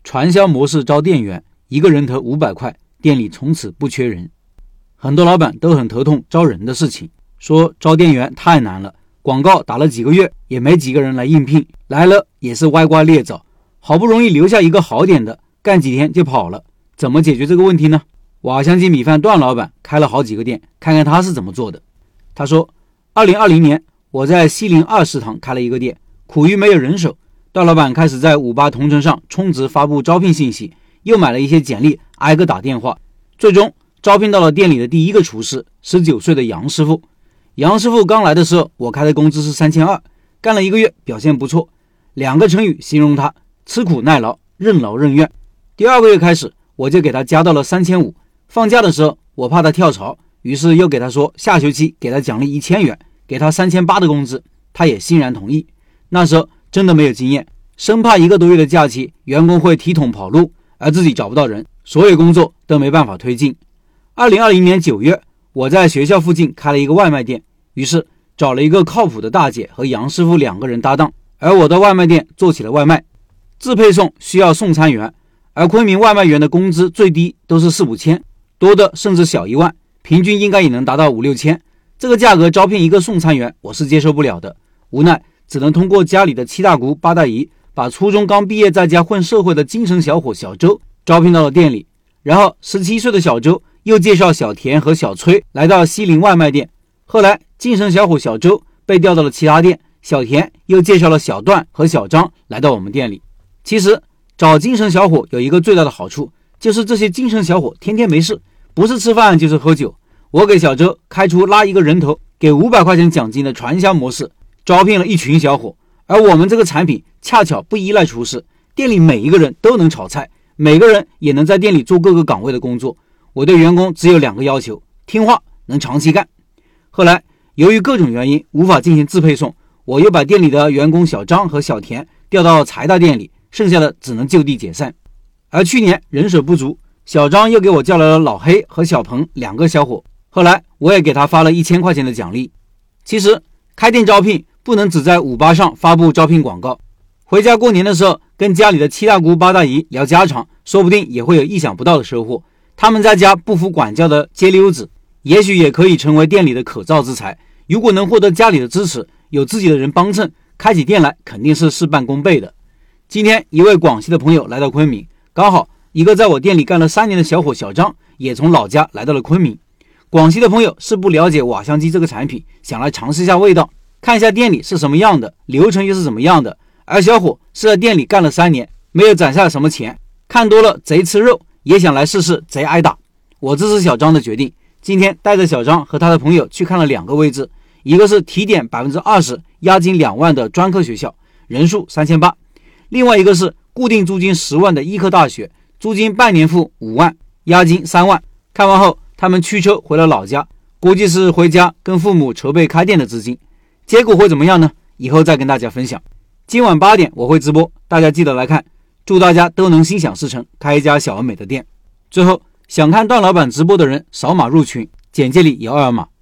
传销模式招店员，一个人头500块，店里从此不缺人。很多老板都很头痛招人的事情，说招店员太难了，广告打了几个月也没几个人来应聘，来了也是歪瓜裂枣，好不容易留下一个好点的，干几天就跑了。怎么解决这个问题呢？瓦香鸡米饭段老板开了好几个店，看看他是怎么做的。他说2020年我在西陵2食堂开了一个店，苦于没有人手，段老板开始在58同城上充值发布招聘信息，又买了一些简历挨个打电话，最终招聘到了店里的第一个厨师，19岁的杨师傅。杨师傅刚来的时候，我开的工资是3200，干了1个月表现不错，2个成语形容他：吃苦耐劳，任劳任怨。第2个月开始我就给他加到了3500，放假的时候我怕他跳槽，于是又给他说下学期给他奖励1000元，给他3800的工资，他也欣然同意。那时候真的没有经验，生怕1个多月的假期员工会提桶跑路，而自己找不到人，所有工作都没办法推进。2020年9月我在学校附近开了一个外卖店，于是找了一个靠谱的大姐和杨师傅2个人搭档，而我的外卖店做起了外卖，自配送需要送餐员，而昆明外卖员的工资最低都是4、5千，多的甚至小1万，平均应该也能达到5、6千。这个价格招聘一个送餐员我是接受不了的，无奈只能通过家里的7大姑8大姨，把初中刚毕业在家混社会的精神小伙小周招聘到了店里，然后17岁的小周又介绍小田和小崔来到西陵外卖店，后来精神小伙小周被调到了其他店，小田又介绍了小段和小张来到我们店里。其实找精神小伙有一个最大的好处，就是这些精神小伙天天没事，不是吃饭就是喝酒。我给小周开出拉一个人头给500块钱奖金的传销模式，招聘了一群小伙，而我们这个产品恰巧不依赖厨师，店里每一个人都能炒菜，每个人也能在店里做各个岗位的工作。我对员工只有2个要求：听话，能长期干。后来由于各种原因无法进行自配送，我又把店里的员工小张和小田调到财大店里，剩下的只能就地解散。而去年人手不足，小张又给我叫来了老黑和小鹏2个小伙，后来我也给他发了1000块钱的奖励。其实开店招聘不能只在58上发布招聘广告，回家过年的时候跟家里的7大姑8大姨聊家常，说不定也会有意想不到的收获。他们在家不服管教的街溜子，也许也可以成为店里的可造之材。如果能获得家里的支持，有自己的人帮衬，开起店来肯定是事半功倍的。今天一位广西的朋友来到昆明，刚好一个在我店里干了3年的小伙小张也从老家来到了昆明。广西的朋友是不了解瓦香鸡这个产品，想来尝试一下味道，看一下店里是什么样的，流程又是怎么样的。而小伙是在店里干了3年，没有攒下什么钱，看多了贼吃肉，也想来试试贼挨打。我支持小张的决定，今天带着小张和他的朋友去看了2个位置，一个是提点 20%押金2万的专科学校，人数3800，另外一个是固定租金10万的医科大学，租金半年付5万，押金3万。看完后他们驱车回了老家，估计是回家跟父母筹备开店的资金。结果会怎么样呢？以后再跟大家分享。今晚8点我会直播，大家记得来看。祝大家都能心想事成，开一家小而美的店。最后，想看段老板直播的人扫码入群，简介里有2维码。